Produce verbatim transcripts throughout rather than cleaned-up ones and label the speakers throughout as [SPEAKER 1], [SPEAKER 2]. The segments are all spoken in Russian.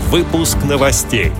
[SPEAKER 1] Выпуск новостей.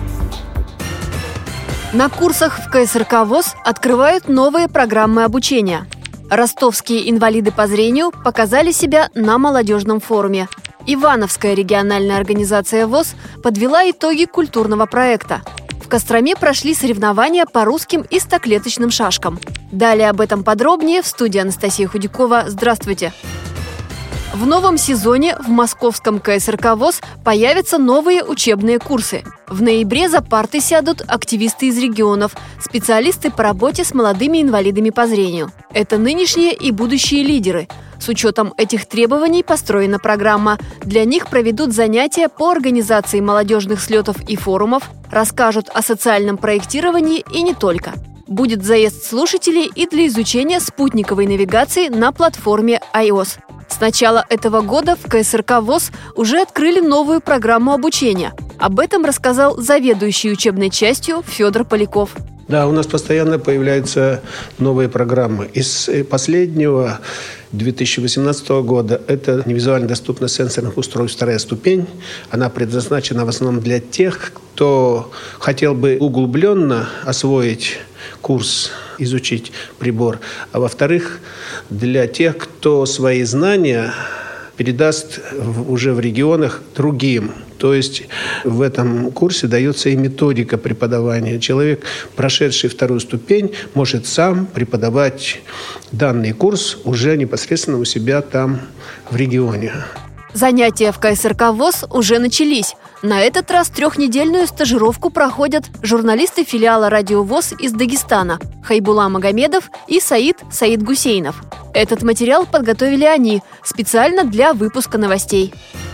[SPEAKER 2] На курсах в ка эс эр ка ВОС открывают новые программы обучения. Ростовские инвалиды по зрению показали себя на молодежном форуме. Ивановская региональная организация ВОС подвела итоги культурного проекта. В Костроме прошли соревнования по русским и стоклеточным шашкам. Далее об этом подробнее в студии Анастасия Худякова. Здравствуйте! В новом сезоне в московском ка эс эр ка ВОС появятся новые учебные курсы. В ноябре за парты сядут активисты из регионов, специалисты по работе с молодыми инвалидами по зрению. Это нынешние и будущие лидеры. С учетом этих требований построена программа. Для них проведут занятия по организации молодежных слетов и форумов, расскажут о социальном проектировании и не только. Будет заезд слушателей и для изучения спутниковой навигации на платформе ай о эс. С начала этого года в ка эс эр ка ВОС уже открыли новую программу обучения. Об этом рассказал заведующий учебной частью Федор Поляков.
[SPEAKER 3] Да, у нас постоянно появляются новые программы. Из последнего две тысячи восемнадцатого года это визуально доступность сенсорных устройств вторая ступень. Она предназначена в основном для тех, кто хотел бы углубленно освоить курс, изучить прибор. А во-вторых, для тех, кто свои знания передаст уже в регионах другим. То есть в этом курсе дается и методика преподавания. Человек, прошедший вторую ступень, может сам преподавать данный курс уже непосредственно у себя там в регионе.
[SPEAKER 2] Занятия в ка эс эр ка ВОС уже начались. На этот раз трехнедельную стажировку проходят журналисты филиала Радио ВОС из Дагестана Хайбула Магомедов и Саид Саид Гусейнов. Этот материал подготовили они специально для выпуска новостей.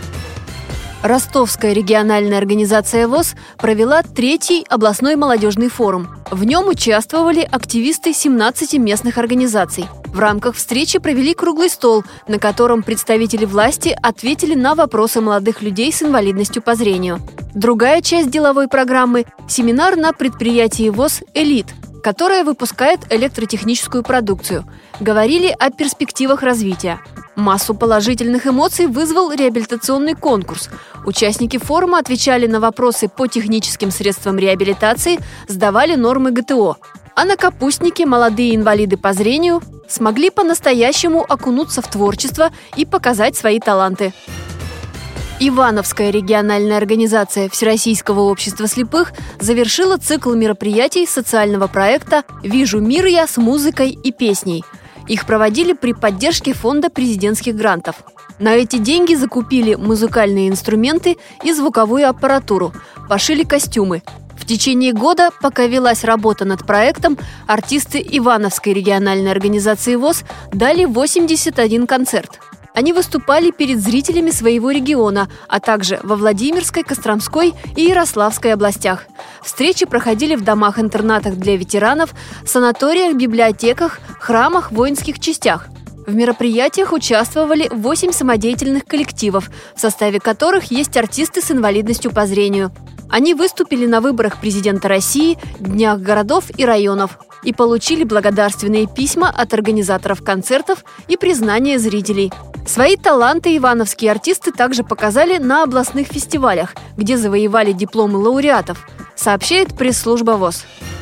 [SPEAKER 2] Ростовская региональная организация ВОС провела третий областной молодежный форум. В нем участвовали активисты семнадцати местных организаций. В рамках встречи провели круглый стол, на котором представители власти ответили на вопросы молодых людей с инвалидностью по зрению. Другая часть деловой программы – семинар на предприятии ВОС «Элит», которое выпускает электротехническую продукцию. Говорили о перспективах развития. Массу положительных эмоций вызвал реабилитационный конкурс. Участники форума отвечали на вопросы по техническим средствам реабилитации, сдавали нормы гэ тэ о. А на капустнике молодые инвалиды по зрению смогли по-настоящему окунуться в творчество и показать свои таланты. Ивановская региональная организация Всероссийского общества слепых завершила цикл мероприятий социального проекта «Вижу мир я с музыкой и песней». Их проводили при поддержке фонда президентских грантов. На эти деньги закупили музыкальные инструменты и звуковую аппаратуру, пошили костюмы. В течение года, пока велась работа над проектом, артисты Ивановской региональной организации ВОС дали восемьдесят один концерт. Они выступали перед зрителями своего региона, а также во Владимирской, Костромской и Ярославской областях. Встречи проходили в домах-интернатах для ветеранов, санаториях, библиотеках, храмах, воинских частях. В мероприятиях участвовали восемь самодеятельных коллективов, в составе которых есть артисты с инвалидностью по зрению. Они выступили на выборах президента России, днях городов и районов и получили благодарственные письма от организаторов концертов и признание зрителей. Свои таланты ивановские артисты также показали на областных фестивалях, где завоевали дипломы лауреатов, сообщает пресс-служба ВОС.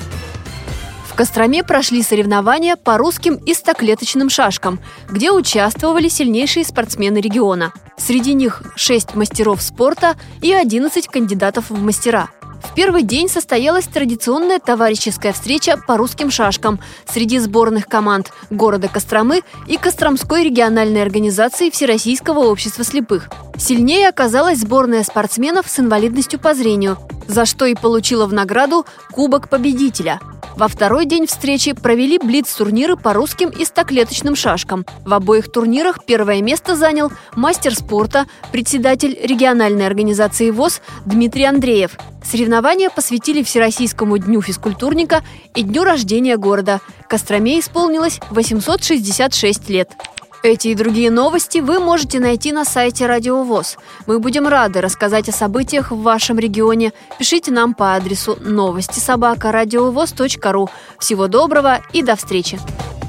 [SPEAKER 2] В Костроме прошли соревнования по русским и стоклеточным шашкам, где участвовали сильнейшие спортсмены региона. Среди них шесть мастеров спорта и одиннадцать кандидатов в мастера. В первый день состоялась традиционная товарищеская встреча по русским шашкам среди сборных команд города Костромы и Костромской региональной организации Всероссийского общества слепых. Сильнее оказалась сборная спортсменов с инвалидностью по зрению, за что и получила в награду Кубок победителя. Во второй день встречи провели блиц-турниры по русским и стоклеточным шашкам. В обоих турнирах первое место занял мастер спорта, председатель региональной организации ВОС Дмитрий Андреев. Соревнования посвятили Всероссийскому дню физкультурника и дню рождения города. Костроме исполнилось восемьсот шестьдесят шесть лет. Эти и другие новости вы можете найти на сайте Радио ВОС. Мы будем рады рассказать о событиях в вашем регионе. Пишите нам по адресу новости собака радиовос точка ру. Всего доброго и до встречи!